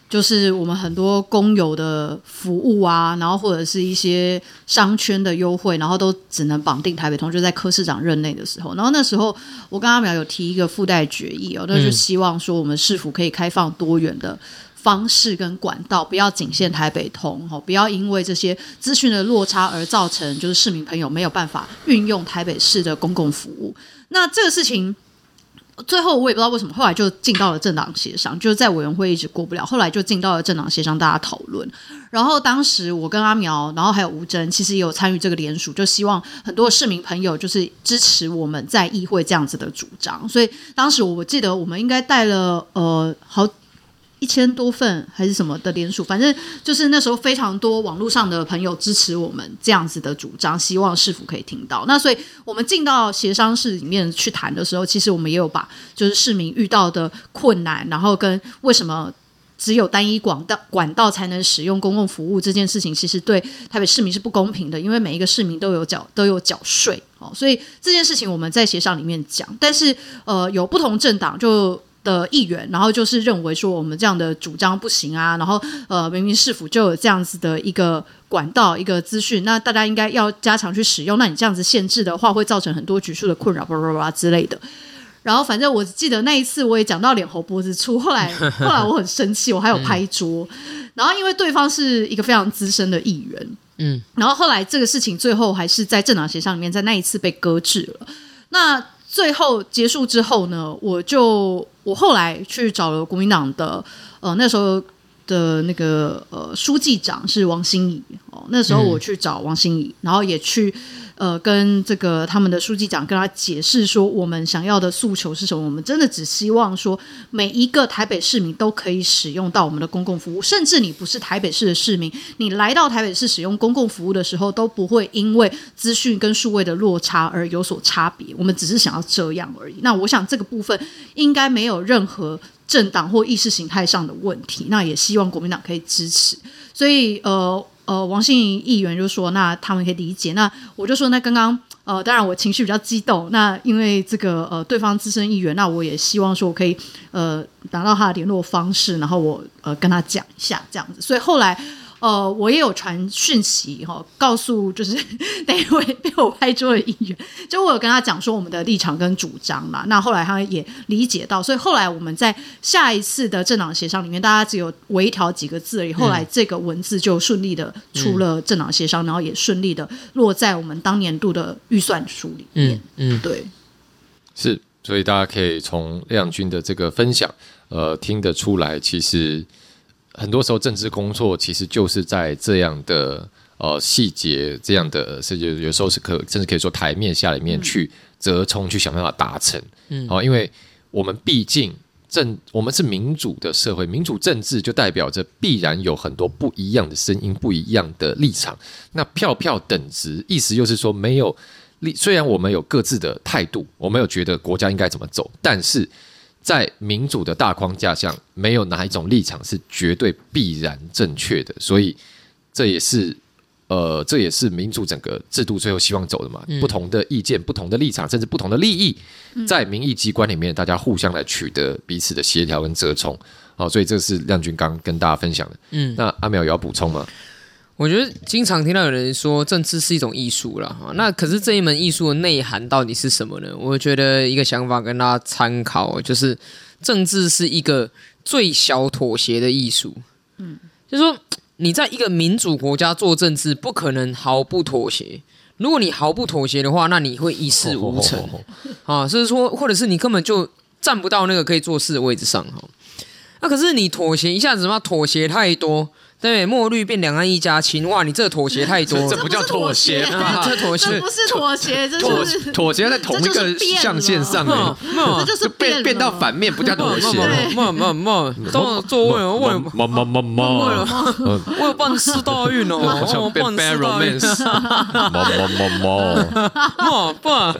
就是我们很多公有的服务啊，然后或者是一些商圈的优惠，然后都只能绑定台北通，就在柯市长任内的时候。然后那时候我跟阿苗有提一个附带决议哦，那就希望说我们市府可以开放多元的方式跟管道，不要仅限台北通，不要因为这些资讯的落差而造成就是市民朋友没有办法运用台北市的公共服务。那这个事情最后我也不知道为什么，后来就进到了政党协商，就是在委员会一直过不了，后来就进到了政党协商，大家讨论。然后当时我跟阿苗，然后还有吴峥，其实也有参与这个联署，就希望很多市民朋友就是支持我们在议会这样子的主张。所以当时我记得我们应该带了呃好一千多份还是什么的联署，反正就是那时候非常多网络上的朋友支持我们这样子的主张，希望市府可以听到。那所以我们进到协商室里面去谈的时候，其实我们也有把就是市民遇到的困难，然后跟为什么只有单一管道管道才能使用公共服务这件事情，其实对台北市民是不公平的，因为每一个市民都有缴都有缴税、哦、所以这件事情我们在协商里面讲，但是呃有不同政党就的议员，然后就是认为说我们这样的主张不行啊，然后呃明明市府就有这样子的一个管道一个资讯，那大家应该要加强去使用，那你这样子限制的话会造成很多局处的困扰巴拉巴拉之类的。然后反正我记得那一次我也讲到脸红脖子粗，后来后来我很生气，我还有拍桌、嗯、然后因为对方是一个非常资深的议员，嗯，然后后来这个事情最后还是在政党协商里面在那一次被搁置了。那最后结束之后呢，我就我后来去找了国民党的呃那时候的那个呃书记长是王心怡哦，那时候我去找王心怡、嗯、然后也去呃跟这个他们的书记长跟他解释说我们想要的诉求是什么，我们真的只希望说每一个台北市民都可以使用到我们的公共服务，甚至你不是台北市的市民，你来到台北市使用公共服务的时候都不会因为资讯跟数位的落差而有所差别，我们只是想要这样而已。那我想这个部分应该没有任何政党或意识形态上的问题，那也希望国民党可以支持。所以呃呃，王心怡议员就说那他们可以理解，那我就说那刚刚呃，当然我情绪比较激动，那因为这个呃对方资深议员，那我也希望说我可以呃拿到他的联络方式，然后我呃跟他讲一下这样子。所以后来呃，我也有传讯息哈、哦，告诉就是那一位被我拍桌的议员，就我有跟他讲说我们的立场跟主张啦。那后来他也理解到，所以后来我们在下一次的政党协商里面，大家只有微调几个字而已。后来这个文字就顺利的出了政党协商，嗯、然后也顺利的落在我们当年度的预算书里面。嗯，嗯对， 是，所以大家可以从亮君的这个分享，呃，听得出来，其实。很多时候政治工作其实就是在这样的呃细节，这样的甚至有时候是可甚至可以说台面下里面去折冲，去想办法达成。嗯，哦，因为我们毕竟政我们是民主的社会，民主政治就代表着必然有很多不一样的声音、不一样的立场。那票票等值，意思就是说没有虽然我们有各自的态度，我们有觉得国家应该怎么走，但是。在民主的大框架下，没有哪一种立场是绝对必然正确的，所以这也是呃，这也是民主整个制度最后希望走的嘛。嗯、不同的意见、不同的立场，甚至不同的利益，在民意机关里面，大家互相来取得彼此的协调跟折冲。好、哦，所以这是亮君刚跟大家分享的。嗯，那阿苗有要补充吗？ 我觉得经常听到有人说政治是一种艺术啦，那可是这一门艺术的内涵到底是什么呢？我觉得一个想法跟大家参考，就是政治是一个最小妥协的艺术。嗯，就是说你在一个民主国家做政治，不可能毫不妥协。如果你毫不妥协的话，那你会一事无成啊，所以说，或者是你根本就站不到那个可以做事的位置上哈。那可是你妥协一下子什么妥协太多。对，墨绿变两岸一家亲，哇！你这妥协太多了， 这不叫妥协， 这妥协， 这不是妥协，这是妥协在同一个象限上面， 这就是变变到反面，不叫妥协。 么么么，都做为了为了么么么么， 为了为了办事大运哦， 我变 bad romance， 么么么么么不，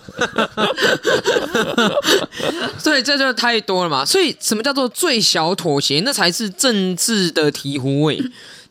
所以这就太多了嘛。所以什么叫做最小妥协？那才是政治的醍醐味。就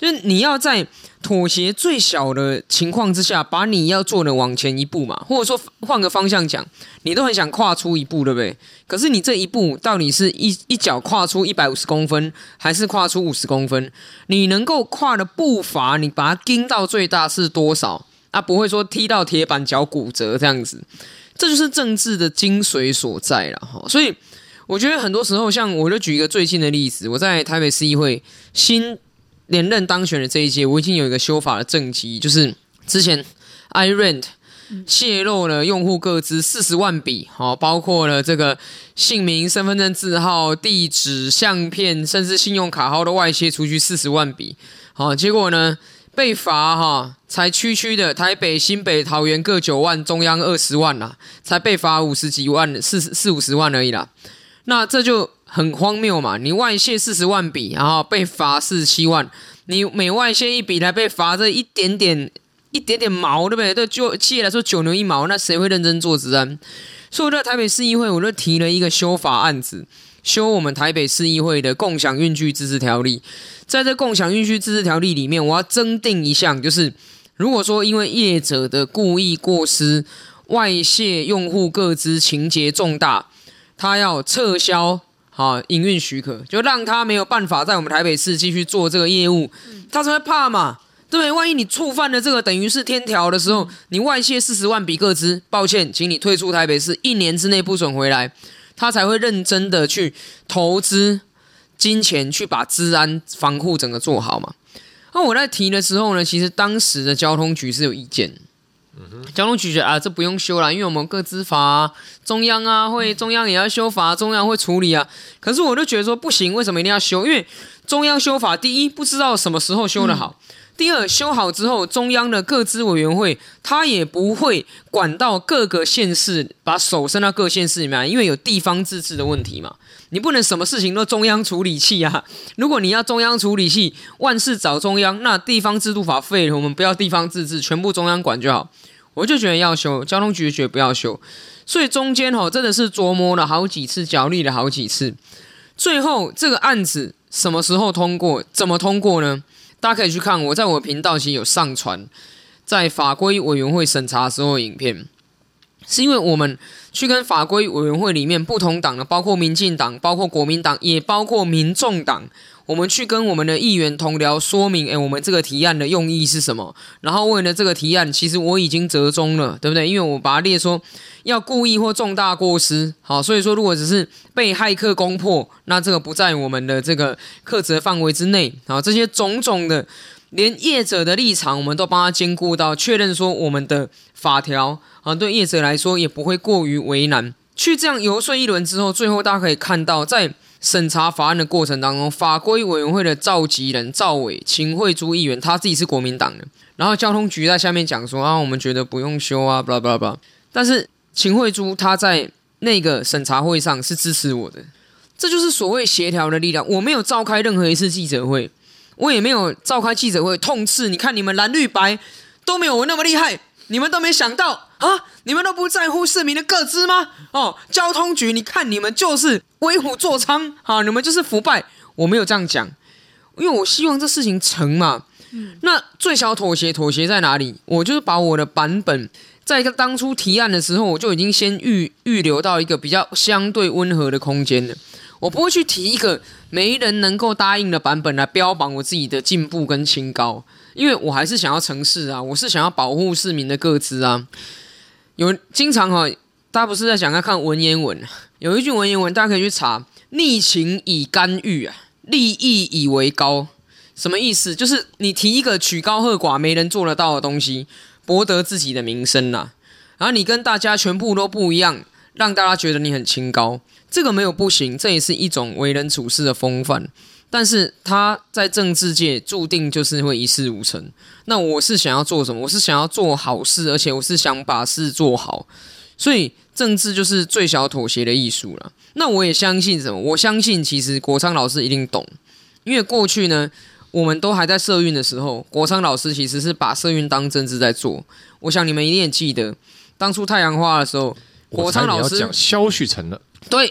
就是你要在妥协最小的情况之下，把你要做的往前一步嘛，或者说换个方向讲，你都很想跨出一步，对不对？可是你这一步到底是一一脚跨出一百五十公分，还是跨出五十公分？你能够跨的步伐，你把它盯到最大是多少？啊，不会说踢到铁板脚骨折这样子，这就是政治的精髓所在了哈。所以我觉得很多时候，像我就举一个最近的例子，我在台北市议会新连任当选的这一届，我已经有一个修法的政绩，就是之前 iRent 泄露了用户个资四十万笔，包括了这个姓名、身份证字号、地址、相片，甚至信用卡号的外泄出去四十万笔。好，结果呢？被罚哈，才区区的台北、新北、桃园各九万，中央二十万啦，才被罚五十几万，四四五十万而已啦。那这就很荒谬嘛！你外泄四十万笔，然后被罚四十七万，你每外泄一笔，才被罚这一点点、一点点毛，对不对？对，就企业来说九牛一毛，那谁会认真做治安？所以我在台北市议会，我就提了一个修法案子。修我们台北市议会的共享运具自治条例，在这共享运具自治条例里面，我要增订一项，就是如果说因为业者的故意过失外泄用户个资情节重大，他要撤销好营运许可，就让他没有办法在我们台北市继续做这个业务，他才会怕嘛，对不对？万一你触犯了这个等于是天条的时候，你外泄四十万笔个资，抱歉，请你退出台北市，一年之内不准回来。他才会认真的去投资金钱，去把治安防护整个做好嘛。那我在提的时候呢，其实当时的交通局是有意见，嗯、交通局觉得啊，这不用修啦，因为我们个资法、啊、中央啊会，中央也要修法，中央会处理啊。可是我就觉得说不行，为什么一定要修？因为中央修法，第一不知道什么时候修得好。嗯第二，修好之后，中央的各资委员会他也不会管到各个县市，把手伸到各县市里面，因为有地方自治的问题嘛。你不能什么事情都中央处理器啊！如果你要中央处理器，万事找中央，那地方制度法废了，我们不要地方自治，全部中央管就好。我就觉得要修，交通局觉得不要修，所以中间吼真的是琢磨了好几次，角力了好几次，最后这个案子什么时候通过？怎么通过呢？大家可以去看我在我的频道其实有上传在法规委员会审查的时候的影片，是因为我们去跟法规委员会里面不同党的，包括民进党、包括国民党，也包括民众党，我们去跟我们的议员同僚说明，哎，我们这个提案的用意是什么？然后为了这个提案，其实我已经折中了，对不对？因为我把它列说要故意或重大过失，好，所以说如果只是被骇客攻破，那这个不在我们的这个课责范围之内，好，这些种种的，连业者的立场我们都帮他兼顾到，确认说我们的法条啊，对业者来说也不会过于为难。去这样游说一轮之后，最后大家可以看到，在审查法案的过程当中，法规委员会的召集人赵伟、秦慧珠议员，他自己是国民党的，然后交通局在下面讲说啊，我们觉得不用修啊 ，blah blah blah。但是秦慧珠他在那个审查会上是支持我的，这就是所谓协调的力量。我没有召开任何一次记者会，我也没有召开记者会痛斥，你看你们蓝绿白都没有我那么厉害。你们都没想到啊？你们都不在乎市民的个资吗？哦，交通局，你看你们就是为虎作伥啊！你们就是腐败。我没有这样讲，因为我希望这事情成嘛。嗯、那最小妥协，妥协在哪里？我就是把我的版本，在当初提案的时候，我就已经先预预留到一个比较相对温和的空间了。我不会去提一个没人能够答应的版本来标榜我自己的进步跟清高。因为我还是想要成事啊，我是想要保护市民的个资啊。有经常哈、哦，大家不是在讲要看文言文，有一句文言文大家可以去查：逆情以干预啊，利益以为高。什么意思？就是你提一个曲高和寡、没人做得到的东西，博得自己的名声啦、啊。然后你跟大家全部都不一样，让大家觉得你很清高，这个没有不行，这也是一种为人处事的风范。但是他在政治界注定就是会一事无成。那我是想要做什么？我是想要做好事，而且我是想把事做好。所以政治就是最小妥协的艺术了。那我也相信什么？我相信其实国昌老师一定懂，因为过去呢，我们都还在社运的时候，国昌老师其实是把社运当政治在做。我想你们一定也记得，当初太阳花的时候，国昌老师讲萧旭成了。 对。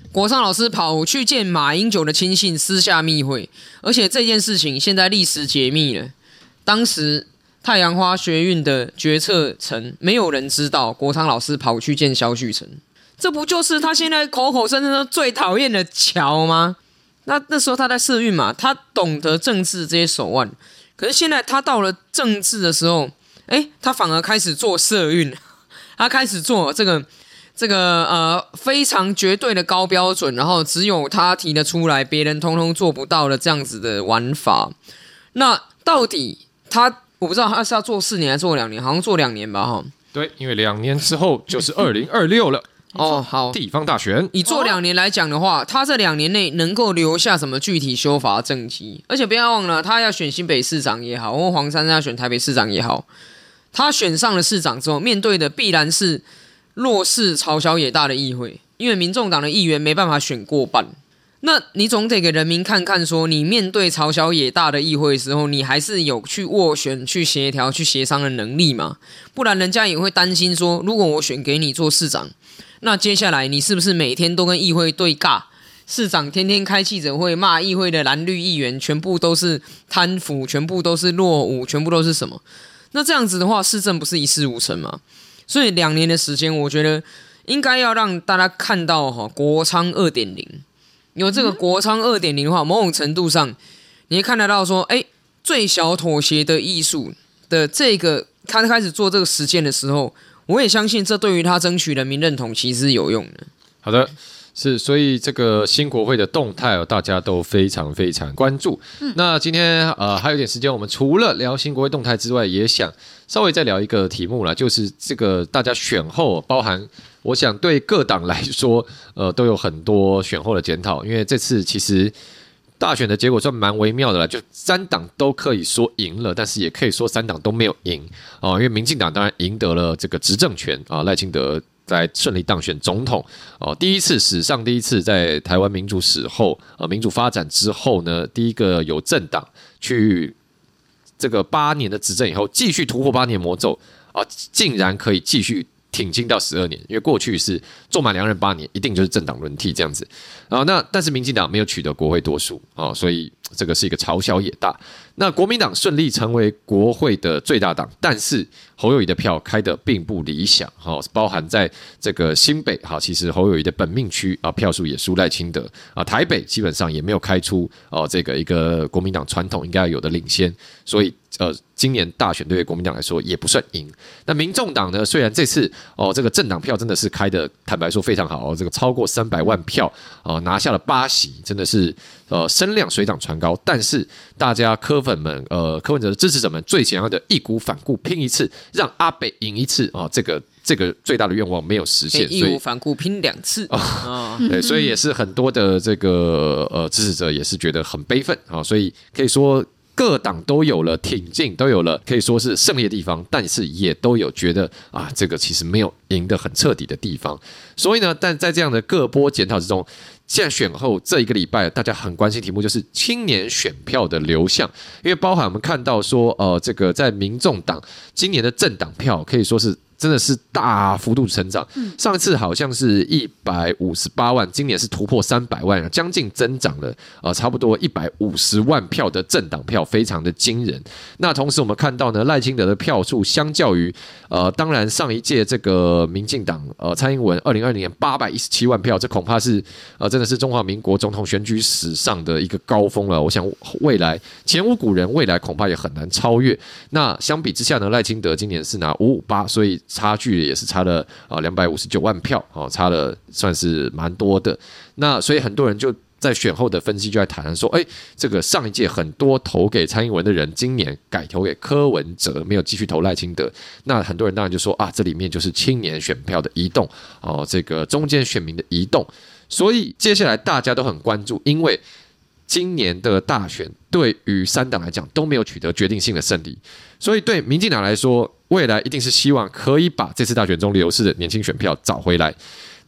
国昌老师跑去见马英九的亲信，私下密会，而且这件事情现在历史解密了。当时太阳花学运的决策层，没有人知道国昌老师跑去见萧旭晨，这不就是他现在口口声声都最讨厌的乔吗？那那时候他在社运嘛，他懂得政治这些手腕，可是现在他到了政治的时候，哎，他反而开始做社运，他开始做这个。这个呃非常绝对的高标准，然后只有他提得出来，别人通通做不到的这样子的玩法。那到底他我不知道他是要做四年还是做两年，好像做两年吧哈。 对，因为两年之后就是二零二六了。 哦，好， 地方大选。 以做两年来讲的话，他这两年内能够留下什么具体修法政绩？而且不要忘了，他要选新北市长也好，或黄珊珊要选台北市长也好，他选上了市长之后，面对的必然是弱势朝小野大的议会，因为民众党的议员没办法选过半，那你总得给人民看看说，你面对朝小野大的议会的时候，你还是有去斡旋、去协调、去协商的能力嘛？不然人家也会担心说，如果我选给你做市长，那接下来你是不是每天都跟议会对尬？市长天天开记者会骂议会的蓝绿议员，全部都是贪腐，全部都是落伍，全部都是什么？那这样子的话，市政不是一事无成吗？所以两年的时间，我觉得应该要让大家看到哈国昌 二点零。有这个国昌 二点零 的话，某种程度上你会看得到说，哎，最小妥协的艺术的这个他开始做这个实践的时候，我也相信这对于他争取人民认同其实是有用的。 好的。是，所以这个新国会的动态、哦、大家都非常非常关注。嗯、那今天呃还有点时间，我们除了聊新国会动态之外，也想稍微再聊一个题目啦，就是这个大家选后，包含我想对各党来说，呃都有很多选后的检讨，因为这次其实大选的结果算蛮微妙的啦，就三党都可以说赢了，但是也可以说三党都没有赢哦、呃，因为民进党当然赢得了这个执政权啊，赖清德在顺利当选总统哦，第一次史上第一次在台湾民主史后呃民主发展之后呢，第一个有政党去这个八年的执政以后继续突破八年魔咒啊，竟然可以继续挺进到十二年，因为过去是做满两任八年，一定就是政党轮替这样子啊。那但是民进党没有取得国会多数啊，所以这个是一个朝小野大。那国民党顺利成为国会的最大党，但是侯友宜的票开得并不理想，包含在这个新北，其实侯友宜的本命区票数也输赖清德，台北基本上也没有开出这个一个国民党传统应该有的领先，所以呃，今年大选对于国民党来说也不算赢。那民众党呢，虽然这次哦这个政党票真的是开的，坦白说非常好，这个超过三百万票，哦拿下了八席，真的是呃声量水涨船高，但是大家柯粉们呃柯文哲的支持者们最想要的义无反顾拼一次，让阿北赢一次啊、哦，这个这个最大的愿望没有实现， 义无反顾拼两次啊、 哦哦，对，所以也是很多的这个呃支持者也是觉得很悲愤啊、哦，所以可以说各党都有了挺进，都有了可以说是胜利的地方，但是也都有觉得啊，这个其实没有赢得很彻底的地方。所以呢，但在这样的各波检讨之中，现在选后这一个礼拜，大家很关心题目就是青年选票的流向，因为包含我们看到说，呃，这个在民众党今年的政党票可以说是真的是大幅度成长，上一次好像是一百五十八万，今年是突破三百万，将近增长了呃差不多一百五十万票的政党票，非常的惊人。那同时我们看到呢，赖清德的票数相较于呃当然上一届这个民进党呃蔡英文二零二零年八百一十七万票，这恐怕是呃真的是中华民国总统选举史上的一个高峰了。我想未来前无古人，未来恐怕也很难超越。那相比之下呢，赖清德今年是拿五五八，所以差距也是差了啊两百五十九万票，哦，差了算是蛮多的。那所以很多人就在选后的分析就在谈说，哎，这个上一届很多投给蔡英文的人，今年改投给柯文哲，没有继续投赖清德。那很多人当然就说啊，这里面就是青年选票的移动，哦，这个中间选民的移动。所以接下来大家都很关注，因为今年的大选对于三党来讲都没有取得决定性的胜利，所以对民进党来说，未来一定是希望可以把这次大选中流失的年轻选票找回来。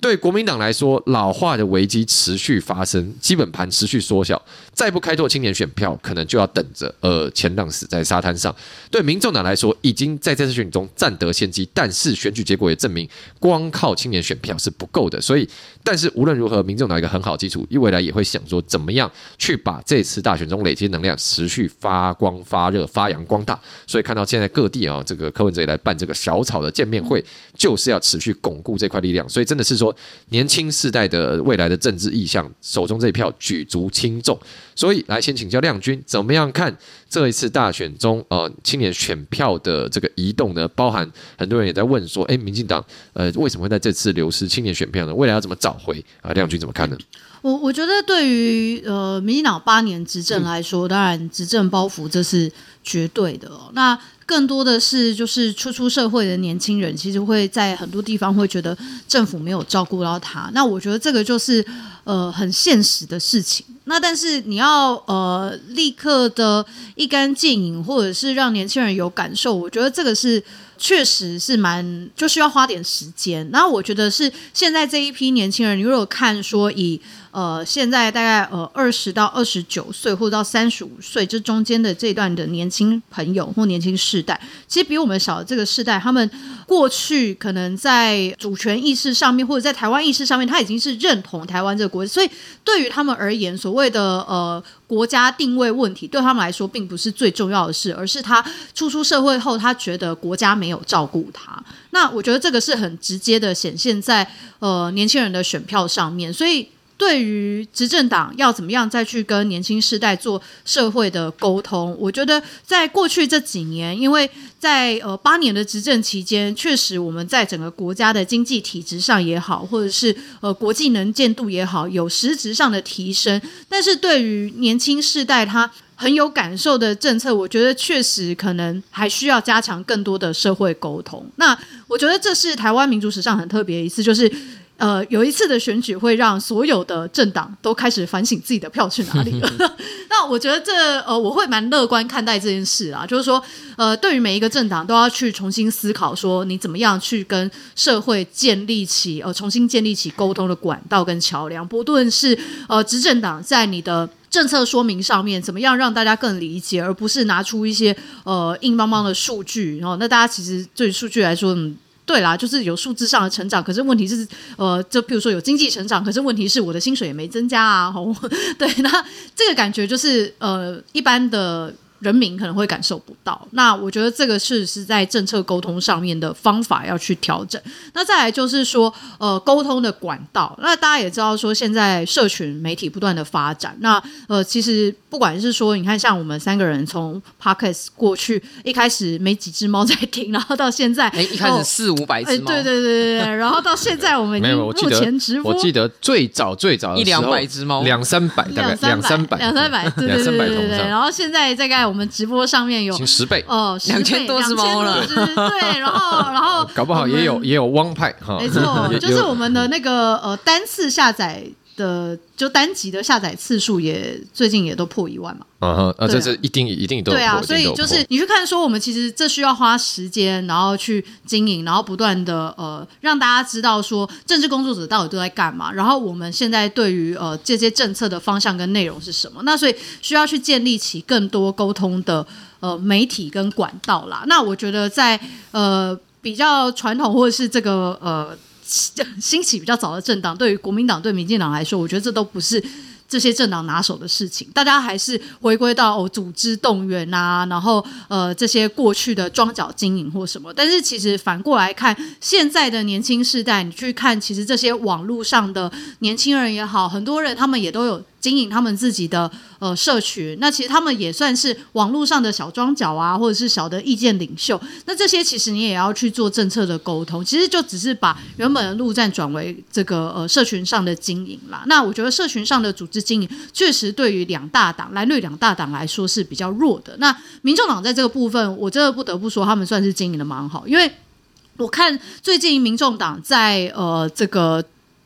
对国民党来说，老化的危机持续发生，基本盘持续缩小，再不开拓青年选票，可能就要等着呃前浪死在沙滩上。对民众党来说，已经在这次选举中占得先机，但是选举结果也证明，光靠青年选票是不够的。所以，但是无论如何，民众党有一个很好的基础，未来也会想说，怎么样去把这次大选中累积能量持续发光发热、发扬光大。所以看到现在各地啊，这个柯文哲也来办这个小草的见面会，就是要持续巩固这块力量。所以真的是说，年轻世代的未来的政治意向，手中这一票举足轻重。所以来先请教亮君，怎么样看这一次大选中呃青年选票的这个移动呢？包含很多人也在问说，哎，民进党呃为什么会在这次流失青年选票呢？未来要怎么找回啊？亮君怎么看呢？ 我我觉得对于呃民进党八年执政来说，嗯、当然执政包袱这是绝对的、哦。那更多的是就是初出社会的年轻人，其实会在很多地方会觉得政府没有照顾到他。那我觉得这个就是呃很现实的事情。那但是你要呃立刻的一竿见影，或者是让年轻人有感受，我觉得这个是确实是蛮就需要花点时间。然后我觉得是现在这一批年轻人，你如果看说以呃现在大概呃二十到二十九岁或者到三十五岁这中间的这一段的年轻朋友或年轻世代，其实比我们小的这个世代，他们过去可能在主权意识上面或者在台湾意识上面，他已经是认同台湾这个国家，所以对于他们而言，所谓的呃国家定位问题对他们来说并不是最重要的事，而是他初出社会后，他觉得国家没有照顾他。那我觉得这个是很直接的显现在呃年轻人的选票上面，所以对于执政党要怎么样再去跟年轻世代做社会的沟通，我觉得在过去这几年，因为在呃八年的执政期间，确实我们在整个国家的经济体制上也好，或者是呃国际能见度也好，有实质上的提升。但是对于年轻世代他很有感受的政策，我觉得确实可能还需要加强更多的社会沟通。那我觉得这是台湾民主史上很特别的一次，就是呃，有一次的选举会让所有的政党都开始反省自己的票去哪里了。那我觉得这呃，我会蛮乐观看待这件事啊，就是说，呃，对于每一个政党都要去重新思考，说你怎么样去跟社会建立起呃，重新建立起沟通的管道跟桥梁，不论是呃执政党在你的政策说明上面怎么样让大家更理解，而不是拿出一些呃硬邦邦的数据。然后，那大家其实对于数据来说，嗯。对啦，就是有数字上的成长，可是问题是，呃，就比如说有经济成长，可是问题是我的薪水也没增加啊。对，那这个感觉就是呃，一般的人民可能会感受不到。那我觉得这个是是在政策沟通上面的方法要去调整。那再来就是说，呃，沟通的管道。那大家也知道说，现在社群媒体不断的发展。那呃，其实不管是说，你看像我们三个人从 Podcast 过去，一开始没几只猫在听，然后到现在， 哎，一开始四五百只猫， 对对对对对，然后到现在我们已经目前直播， 我记得最早最早的时候一两百只猫， 两三百大概两三百两三百，对对对对对。然后现在大概我们直播上面有十倍哦， 两千多只猫了， 对，然后然后搞不好也有也有汪派哈， 没错，就是我们的那个呃单次下载的就单集的下载次数也最近也都破一万嘛。 嗯哼，啊，这是一定一定都有对啊，所以就是你去看说，我们其实这需要花时间，然后去经营，然后不断的呃让大家知道说政治工作者到底都在干嘛，然后我们现在对于呃这些政策的方向跟内容是什么，那所以需要去建立起更多沟通的呃媒体跟管道啦。那我觉得在呃比较传统或者是这个呃兴起比较早的政党，对于国民党对民进党来说，我觉得这都不是这些政党拿手的事情，大家还是回归到、哦、组织动员啊，然后呃这些过去的庄脚经营或什么。但是其实反过来看，现在的年轻世代，你去看，其实这些网络上的年轻人也好，很多人他们也都有经营他们自己的呃社群，那其实他们也算是网络上的小庄脚啊，或者是小的意见领袖。那这些其实你也要去做政策的沟通，其实就只是把原本的陆战转为这个呃社群上的经营啦。那我觉得社群上的组织经营确实对于两大党蓝绿两大党来说是比较弱的。那民众党在这个部分，我真的不得不说他们算是经营的蛮好，因为我看最近民众党在呃这个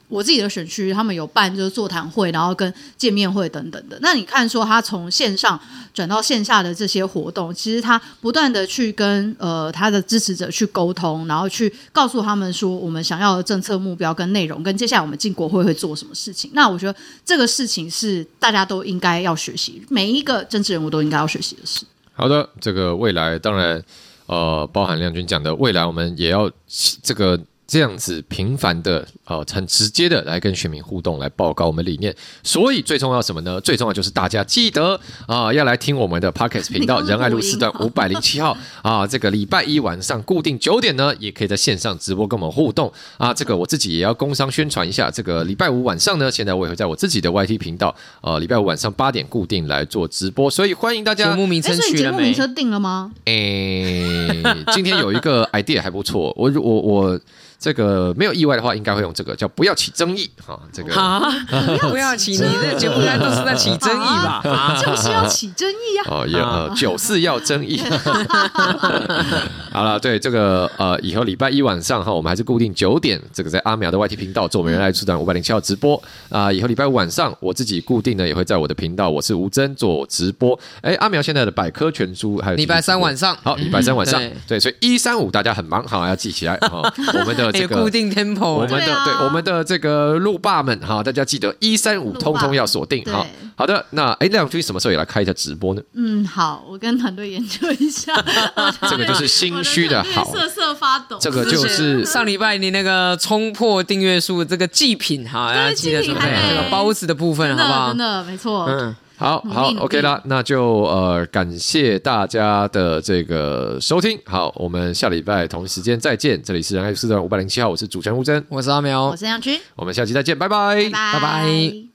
我自己的选区，他们有办就是座谈会，然后跟见面会等等的。那你看说他从线上转到线下的这些活动，其实他不断的去跟呃他的支持者去沟通，然后去告诉他们说我们想要的政策目标跟内容，跟接下来我们进国会会做什么事情。那我觉得这个事情是大家都应该要学习，每一个政治人物都应该要学习的事。 好的，这个未来当然呃，包含亮君讲的，未来我们也要这个。这样子频繁的呃，很直接的来跟选民互动，来报告我们理念。所以最重要什么呢？最重要就是大家记得啊、呃，要来听我们的 Podcast 频道仁爱路四段五百零七号啊。这个礼拜一晚上固定九点呢，也可以在线上直播跟我们互动啊。这个我自己也要工商宣传一下。这个礼拜五晚上呢，现在我也会在我自己的 Y T 频道，呃，礼拜五晚上八点固定来做直播，所以欢迎大家。 节目名称取了没？ 节目名称定了吗？ 诶，今天有一个 idea 还不错，我我我。这个没有意外的话，应该会用这个叫“不要起争议”哈。这个不要起，你的节目应该都是在起争议吧？ 啊、就是要起争议啊！ 哦，也呃，九四要争议。好了，对这个呃，以后礼拜一晚上哈，我们还是固定九点，这个在阿苗的 Y T 频道做我们原来出版五百零七号直播啊、呃。以后礼拜五晚上，我自己固定呢也会在我的频道，我是吴真做直播。哎，阿苗现在的百科全书还有礼拜三晚上， 好，礼拜三晚上，嗯、对, 对，所以一三五大家很忙，好要记起来哈。我们的这个固定 tempo， 我们的 对,、啊、对我们的这个路霸们哈，大家记得一三五通通要锁定哈。好的，那哎，亮君什么时候也来开一下直播呢？ 嗯，好，我跟团队研究一下。 这个就是心虚的好， 瑟瑟发抖。 这个就是上礼拜你那个冲破订阅数这个祭品哈，要记得准备这个包子的部分，好不好？ 真的，没错。 嗯。 好好 ，OK 啦，那就呃感谢大家的这个收听。好，我们下礼拜同一时间再见。这里是仁爱四段五百零七号，我是主持人吴真， 我是阿苗， 我是杨君， 我们下期再见，拜拜， 拜拜。 拜拜。